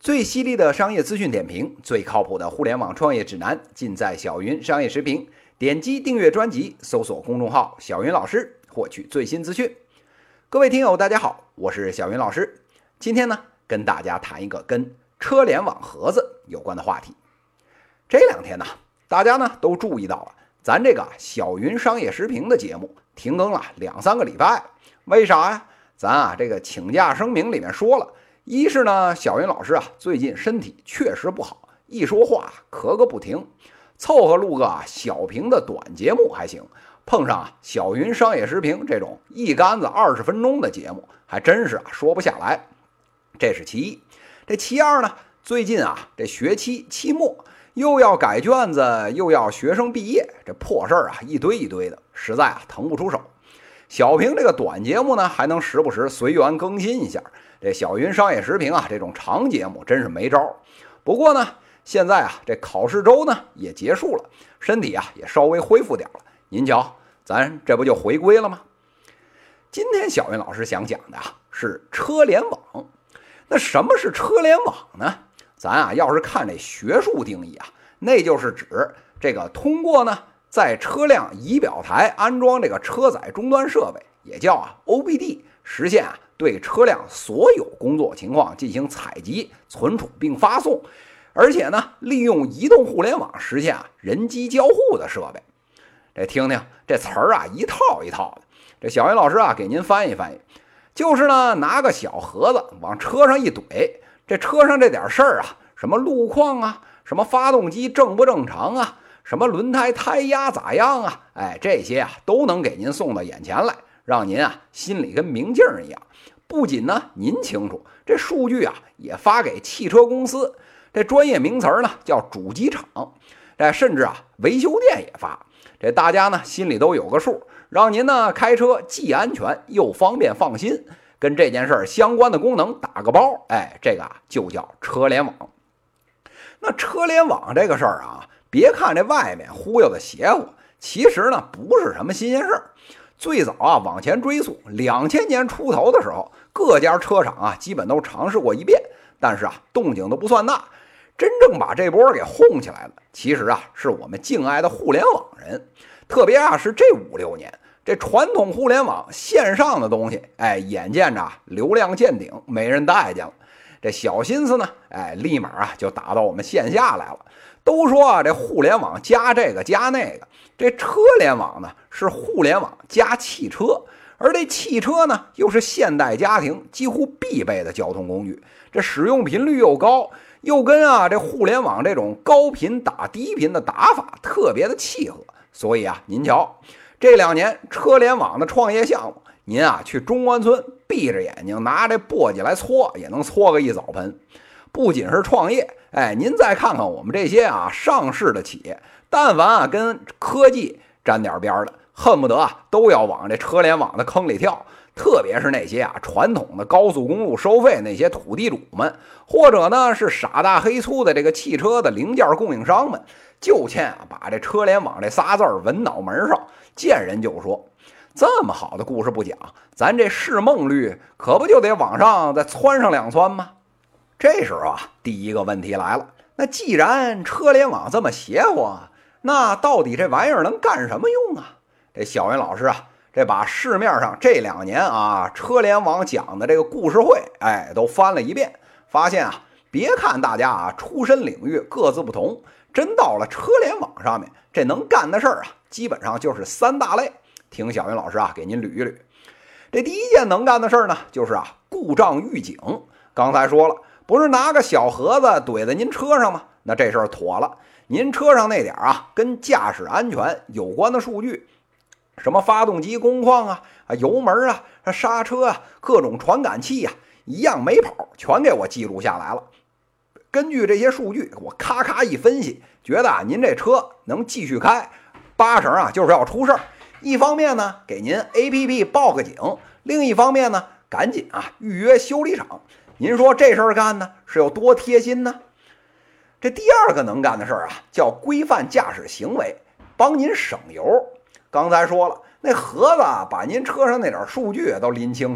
最犀利的商业资讯点评，最靠谱的互联网创业指南，尽在小云商业时评。点击订阅专辑，搜索公众号小云老师，获取最新资讯。各位听友大家好，我是小云老师。今天呢，跟大家谈一个跟车联网盒子有关的话题。这两天呢，大家呢都注意到了，咱这个小云商业时评的节目停更了2-3个礼拜。为啥呀？咱这个请假声明里面说了，一是呢，小云老师最近身体确实不好，一说话咳个不停，凑合录个小评的短节目还行，碰上小云商业时评这种一竿子20分钟的节目，还真是说不下来。这是其一。这其二呢，最近这学期期末又要改卷子，又要学生毕业，这破事儿一堆一堆的，实在腾不出手。小评这个短节目呢，还能时不时随缘更新一下。这小云商业时评这种长节目真是没招。不过呢，现在这考试周呢也结束了，身体也稍微恢复点了。您瞧，咱这不就回归了吗？今天小云老师想讲的是车联网。那什么是车联网呢？咱要是看这学术定义那就是指这个通过呢在车辆仪表台安装这个车载终端设备，也叫OBD， 实现对车辆所有工作情况进行采集、存储并发送，而且呢利用移动互联网实现人机交互的设备。这听听这词儿一套一套的，这小云老师给您翻译翻译，就是呢拿个小盒子往车上一怼，这车上这点事儿什么路况什么发动机正不正常什么轮胎胎压咋样这些都能给您送到眼前来，让您心里跟明镜一样。不仅呢您清楚，这数据也发给汽车公司，这专业名词呢叫主机厂，甚至维修店也发，这大家呢心里都有个数，让您呢开车既安全又方便放心，跟这件事儿相关的功能打个包，这个就叫车联网。那车联网这个事儿别看这外面忽悠的邪乎，其实呢不是什么新鲜事儿。最早往前追溯2000年出头的时候，各家车厂基本都尝试过一遍，但是动静都不算大。真正把这波给轰起来了，其实是我们敬爱的互联网人，特别是这5-6年，这传统互联网线上的东西，眼见着流量见顶，没人待见了。这小心思呢，立马就打到我们线下来了。都说这互联网加这个加那个，这车联网呢是互联网加汽车，而这汽车呢又是现代家庭几乎必备的交通工具，这使用频率又高，又跟这互联网这种高频打低频的打法特别的契合。所以您瞧，这2年车联网的创业项目，您去中关村闭着眼睛拿这簸箕来搓，也能搓个一澡盆。不仅是创业，您再看看我们这些上市的企业，但凡跟科技沾点边的，恨不得都要往这车联网的坑里跳。特别是那些传统的高速公路收费那些土地主们，或者呢是傻大黑粗的这个汽车的零件供应商们，就欠把这车联网这仨字纹脑门上，见人就说。这么好的故事不讲，咱这市梦率可不就得往上再窜上2窜吗？这时候第一个问题来了，那既然车联网这么邪乎那到底这玩意儿能干什么用这小云老师这把市面上这2年车联网讲的这个故事会都翻了一遍，发现别看大家出身领域各自不同，真到了车联网上面，这能干的事儿基本上就是3大类。听小云老师给您捋一捋。这第一件能干的事儿呢，就是故障预警。刚才说了，不是拿个小盒子怼在您车上吗？那这事儿妥了，您车上那点跟驾驶安全有关的数据，什么发动机工况油门刹车各种传感器一样没跑，全给我记录下来了。根据这些数据，我咔咔一分析，觉得您这车能继续开，80%就是要出事儿。一方面呢，给您 APP 报个警；另一方面呢，赶紧预约修理厂。您说这事儿干呢是有多贴心呢？这第二个能干的事儿叫规范驾驶行为，帮您省油。刚才说了，那盒子把您车上那点数据都拎清楚了，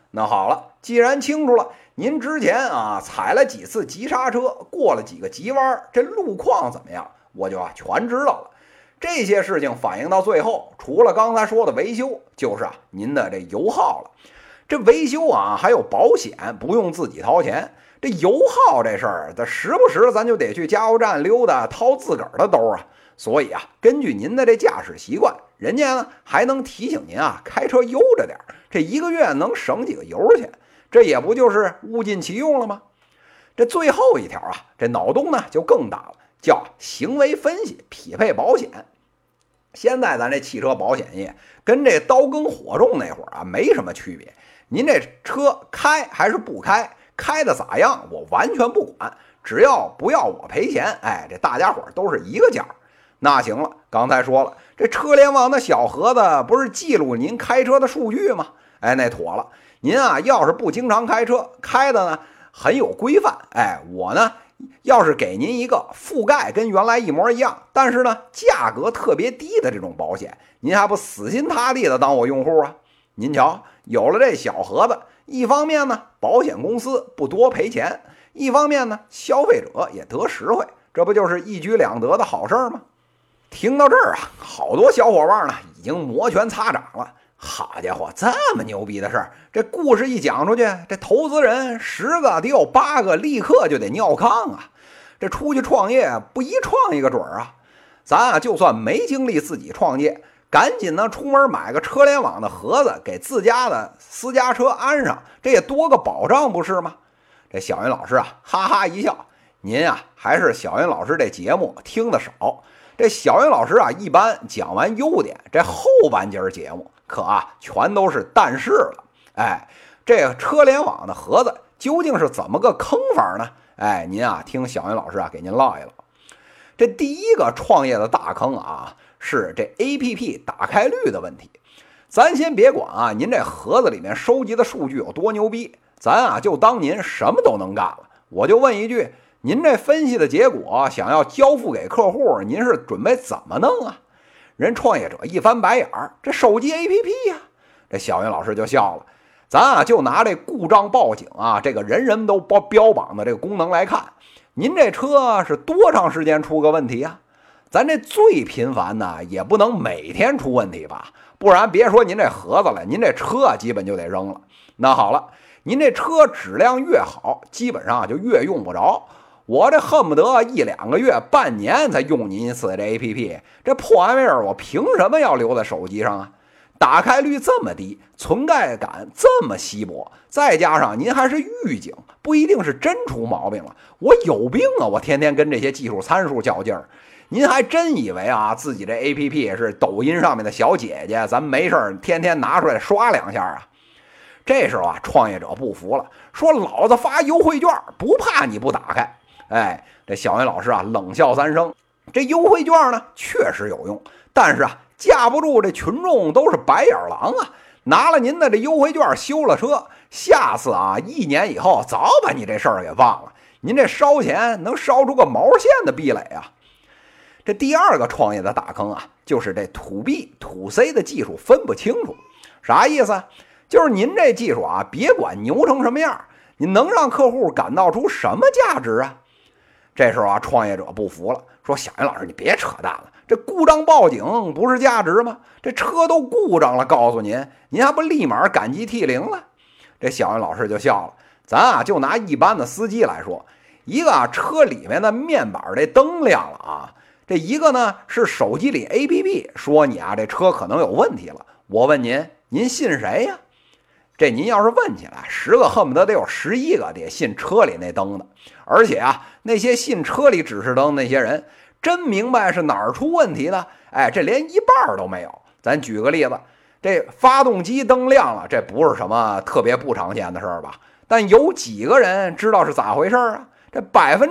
那好了，既然清楚了，您之前啊踩了几次急刹车，过了几个急弯，这路况怎么样，我就全知道了。这些事情反映到最后，除了刚才说的维修，就是您的这油耗了。这维修还有保险，不用自己掏钱。这油耗这事儿，这时不时咱就得去加油站溜达，掏自个儿的兜所以根据您的这驾驶习惯，人家呢还能提醒您开车悠着点，这一个月能省几个油钱，这也不就是物尽其用了吗？这最后一条这脑洞呢就更大了，叫行为分析匹配保险。现在咱这汽车保险业跟这刀耕火种那会儿没什么区别，您这车开还是不开，开的咋样我完全不管，只要不要我赔钱，这大家伙都是一个价。那行了，刚才说了，这车联网的小盒子不是记录您开车的数据吗？那妥了，您要是不经常开车，开的呢很有规范，我呢要是给您一个覆盖跟原来一模一样，但是呢价格特别低的这种保险，您还不死心塌地的当我用户您瞧，有了这小盒子，一方面呢保险公司不多赔钱，一方面呢消费者也得实惠，这不就是一举两得的好事吗？听到这儿好多小伙伴呢已经摩拳擦掌了。好家伙，这么牛逼的事儿，这故事一讲出去，这投资人10个得有8个立刻就得尿炕这出去创业不一创一个准儿咱就算没精力自己创业，赶紧呢出门买个车联网的盒子，给自家的私家车安上，这也多个保障不是吗？这小云老师哈哈一笑，您还是小云老师这节目听得少。这小云老师一般讲完优点，这后半截节目可全都是但是了。这车联网的盒子究竟是怎么个坑法呢？您听小云老师给您唠一唠。这第一个创业的大坑是这 APP 打开率的问题。咱先别管您这盒子里面收集的数据有多牛逼，咱就当您什么都能干了。我就问一句，您这分析的结果想要交付给客户，您是准备怎么弄人创业者一翻白眼儿，这手机 APP 这小云老师就笑了。咱就拿这故障报警这个人人都标榜的这个功能来看，您这车是多长时间出个问题咱这最频繁的也不能每天出问题吧，不然别说您这盒子了，您这车基本就得扔了。那好了，您这车质量越好，基本上就越用不着。我这恨不得1、2个月、半年才用您一次这 APP， 这破玩意儿我凭什么要留在手机上打开率这么低，存在感这么稀薄，再加上您还是预警，不一定是真出毛病了。我有病我天天跟这些技术参数较劲儿。您还真以为自己这 APP 是抖音上面的小姐姐，咱没事天天拿出来刷2下这时候创业者不服了，说老子发优惠券不怕你不打开。这小云老师冷笑3声，这优惠券呢确实有用，但是架不住这群众都是白眼狼拿了您的这优惠券修了车，下次1年以后早把你这事儿给忘了，您这烧钱能烧出个毛线的壁垒这第二个创业的大坑就是这 to B to C 的技术分不清楚。啥意思就是您这技术别管牛成什么样，你能让客户感到出什么价值这时候创业者不服了，说小云老师你别扯淡了，这故障报警不是价值吗？这车都故障了，告诉您还不立马感激涕零了？这小云老师就笑了，咱就拿一般的司机来说，一个车里面的面板这灯亮了这一个呢是手机里 APP 说你这车可能有问题了。我问您信谁呀？这您要是问起来，10个恨不得得有11个得信车里那灯的。而且那些信车里指示灯那些人真明白是哪儿出问题的，这连一半都没有。咱举个例子，这发动机灯亮了，这不是什么特别不常见的事儿吧？但有几个人知道是咋回事这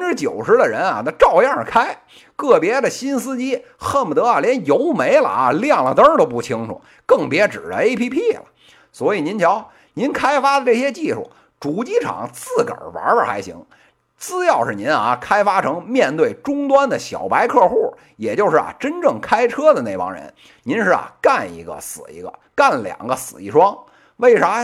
90%的人那照样开，个别的新司机恨不得连油没了亮了灯都不清楚，更别指着 APP 了。所以您瞧，您开发的这些技术，主机厂自个儿玩玩还行，只要是您开发成面对终端的小白客户，也就是真正开车的那帮人，您是干一个死一个，干2个死一双。为啥呀？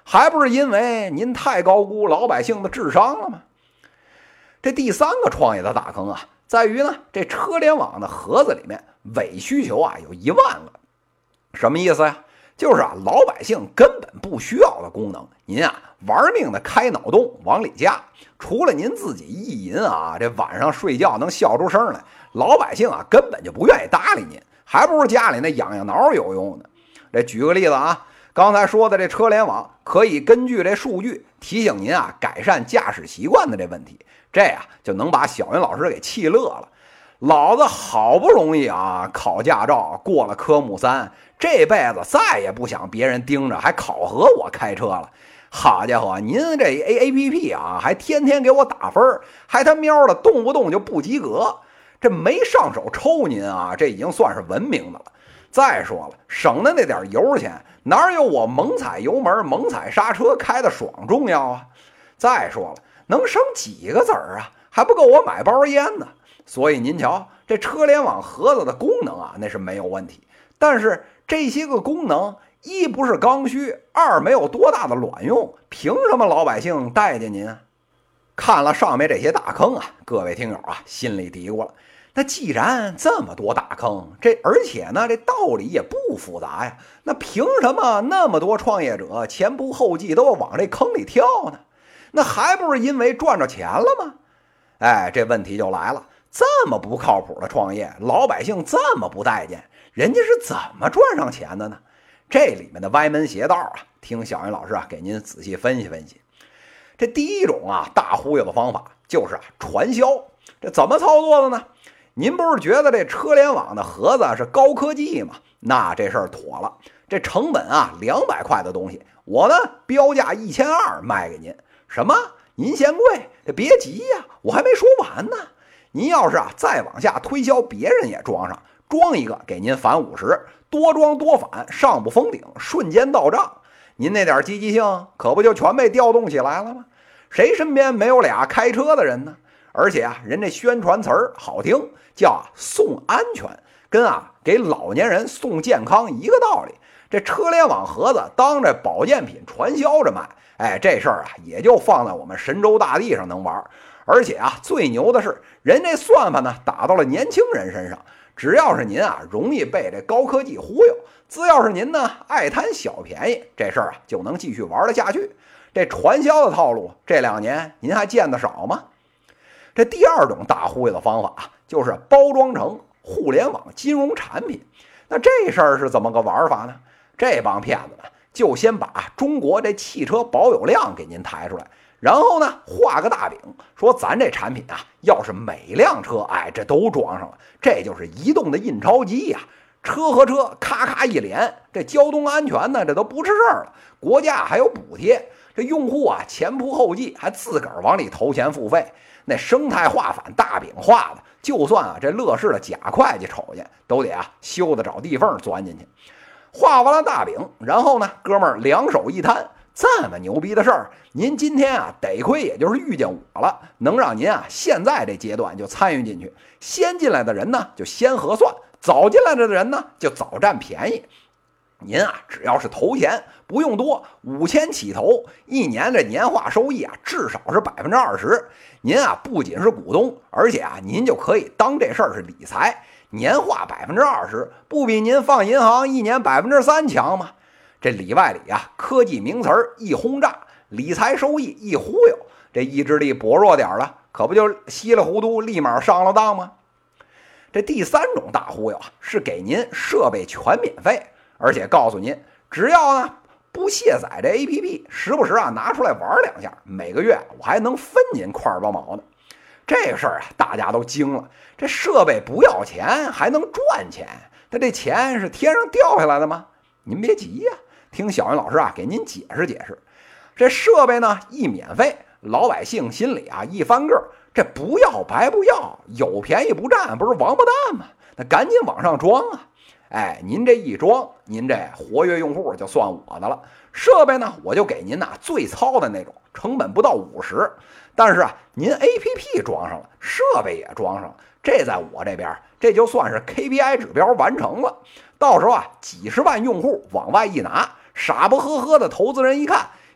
还不是因为您太高估老百姓的智商了吗？这第三个创业的大坑啊，在于呢，这车联网的盒子里面伪需求啊有1万个。什么意思呀？就是啊，老百姓根本不需要的功能，您啊玩命的开脑洞往里加，除了您自己意淫啊，这晚上睡觉能笑出声来，老百姓啊根本就不愿意搭理您，还不如家里那痒痒挠有用呢。这举个例子啊，刚才说的这车联网可以根据这数据提醒您啊改善驾驶习惯的这问题，这呀就能把小云老师给气乐了。老子好不容易啊考驾照过了科目3，这辈子再也不想别人盯着还考核我开车了。好家伙，您这 APP 啊还天天给我打分，还他喵的动不动就不及格，这没上手抽您啊，这已经算是文明的了。再说了，省的那点油钱哪有我猛踩油门猛踩刹车开的爽重要啊？再说了，能省几个子儿啊，还不够我买包烟呢。所以您瞧，这车联网盒子的功能啊那是没有问题，但是这些个功能一不是刚需，二没有多大的卵用，凭什么老百姓待见您啊？看了上面这些大坑啊，各位听友啊心里嘀咕了，那既然这么多大坑，而且呢这道理也不复杂呀，那凭什么那么多创业者前仆后继都要往这坑里跳呢？那还不是因为赚着钱了吗？哎，这问题就来了，这么不靠谱的创业，老百姓这么不待见，人家是怎么赚上钱的呢？这里面的歪门邪道啊，听小云老师啊给您仔细分析分析。这第一种啊大忽悠的方法就是啊传销，这怎么操作的呢？您不是觉得这车联网的盒子是高科技吗？那这事儿妥了，这成本啊200块的东西，我呢标价1200卖给您。什么？您嫌贵？这别急呀，我还没说完呢。您要是啊再往下推销，别人也装上，装一个给您返50，多装多返，上不封顶，瞬间到账。您那点积极性可不就全被调动起来了吗？谁身边没有俩开车的人呢？而且啊，人这宣传词儿好听，叫啊送安全，跟啊给老年人送健康一个道理。这车联网盒子当着保健品传销着卖，哎，这事儿啊也就放在我们神州大地上能玩。而且啊，最牛的是，人这算法呢打到了年轻人身上。只要是您啊容易被这高科技忽悠，只要是您呢爱贪小便宜，这事儿啊就能继续玩得下去。这传销的套路这2年您还见得少吗？这第二种大忽悠的方法就是包装成互联网金融产品。那这事儿是怎么个玩法呢？这帮骗子们就先把中国这汽车保有量给您抬出来，然后呢画个大饼，说咱这产品啊要是每辆车哎这都装上了，这就是移动的印钞机呀，车和车咔咔一连，这交通安全呢这都不是事儿了，国家还有补贴，这用户啊前仆后继还自个儿往里投钱付费，那生态化反大饼画的，就算啊这乐视的假会计瞅见都得啊修得找地缝钻进去。画完了大饼，然后呢哥们儿两手一摊，这么牛逼的事儿，您今天啊得亏也就是遇见我了，能让您啊现在这阶段就参与进去。先进来的人呢就先核算，早进来的人呢就早占便宜。您啊只要是投钱，不用多，5000起投，一年这年化收益啊至少是20%。您啊不仅是股东，而且啊您就可以当这事儿是理财，年化20%，不比您放银行1年3%强吗？这里外里啊，科技名词一轰炸，理财收益一忽悠，这意志力薄弱点了，可不就稀里糊涂立马上了当吗？这第三种大忽悠啊，是给您设备全免费，而且告诉您，只要呢不卸载这 APP， 时不时啊拿出来玩2下，每个月我还能分您块8毛呢。这个事儿啊，大家都惊了，这设备不要钱还能赚钱，那这钱是天上掉下来的吗？您别急呀，听小云老师啊给您解释解释。这设备呢一免费，老百姓心里啊一翻个，这不要白不要，有便宜不占，不是王八蛋吗？那赶紧往上装啊！哎，您这一装，您这活跃用户就算我的了。设备呢，我就给您最糙的那种，成本不到50。但是啊，您 APP 装上了，设备也装上了，这在我这边，这就算是 KPI 指标完成了。到时候啊，几十万用户往外一拿，傻不呵呵的投资人一看，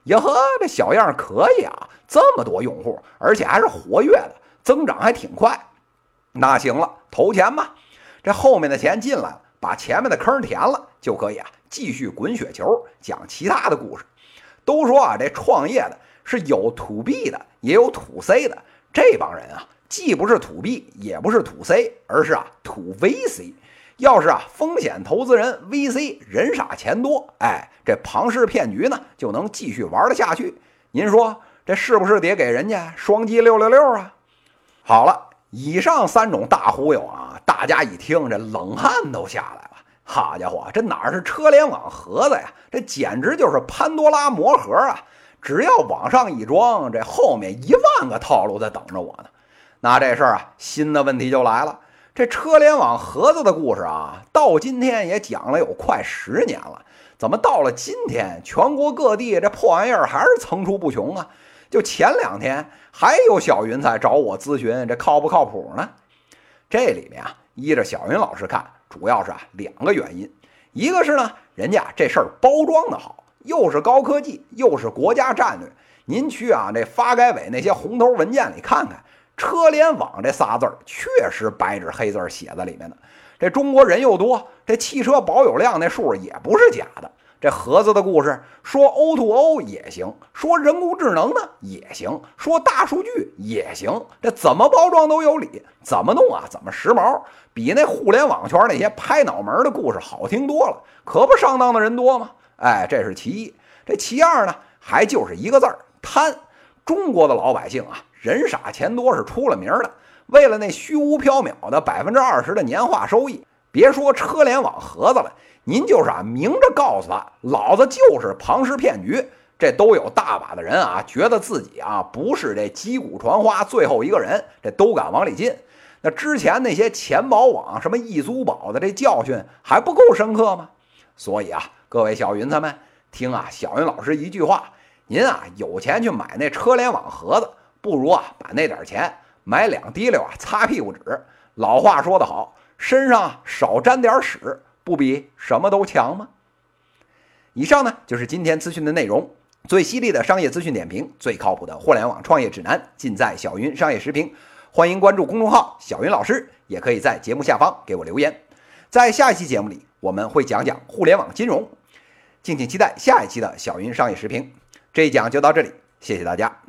呀呵，这小样可以啊，这么多用户，而且还是活跃的，增长还挺快。那行了，投钱吧，这后面的钱进来了，把前面的坑填了，就可以啊继续滚雪球，讲其他的故事。都说啊，这创业的是有 to B 的，也有 to C 的。这帮人啊，既不是 to B， 也不是 to C， 而是啊 to VC。要是啊风险投资人 VC 人傻钱多，哎，这庞氏骗局呢就能继续玩得下去。您说这是不是得给人家双击666啊？好了，以上3种大忽悠啊，大家一听这冷汗都下来了。好家伙，这哪是车联网盒子呀，这简直就是潘多拉魔盒啊！只要往上一装，这后面10000个套路在等着我呢。那这事儿啊，新的问题就来了。这车联网盒子的故事啊，到今天也讲了有快10年了，怎么到了今天，全国各地这破玩意儿还是层出不穷啊？就前2天还有小云彩找我咨询，这靠不靠谱呢？这里面啊，依着小云老师看，主要是2个原因。一个是呢，人家这事儿包装的好，又是高科技，又是国家战略。您去啊这发改委那些红头文件里看看，车联网这仨字儿确实白纸黑字写在里面的。这中国人又多，这汽车保有量那数也不是假的。这盒子的故事说 O2O 也行，说人工智能呢也行，说大数据也行，这怎么包装都有理，怎么弄啊怎么时髦，比那互联网圈那些拍脑门的故事好听多了，可不上当的人多吗？哎，这是其一。这其二呢，还就是一个字儿，贪。中国的老百姓啊，人傻钱多是出了名的，为了那虚无缥缈的20%的年化收益，别说车联网盒子了，您就是明着告诉他，老子就是庞氏骗局，这都有大把的人啊，觉得自己啊不是这击鼓传花最后一个人，这都敢往里进。那之前那些钱宝网什么易租宝的这教训还不够深刻吗？所以啊，各位小云彩们，听啊小云老师一句话，您啊有钱去买那车联网盒子，不如啊把那点钱买2滴溜擦屁股纸。老话说得好，身上少沾点屎，不比什么都强吗？以上呢就是今天资讯的内容，最犀利的商业资讯点评，最靠谱的互联网创业指南，尽在小云商业时评。欢迎关注公众号小云老师，也可以在节目下方给我留言。在下一期节目里，我们会讲讲互联网金融，敬请期待下一期的小云商业时评。这一讲就到这里，谢谢大家。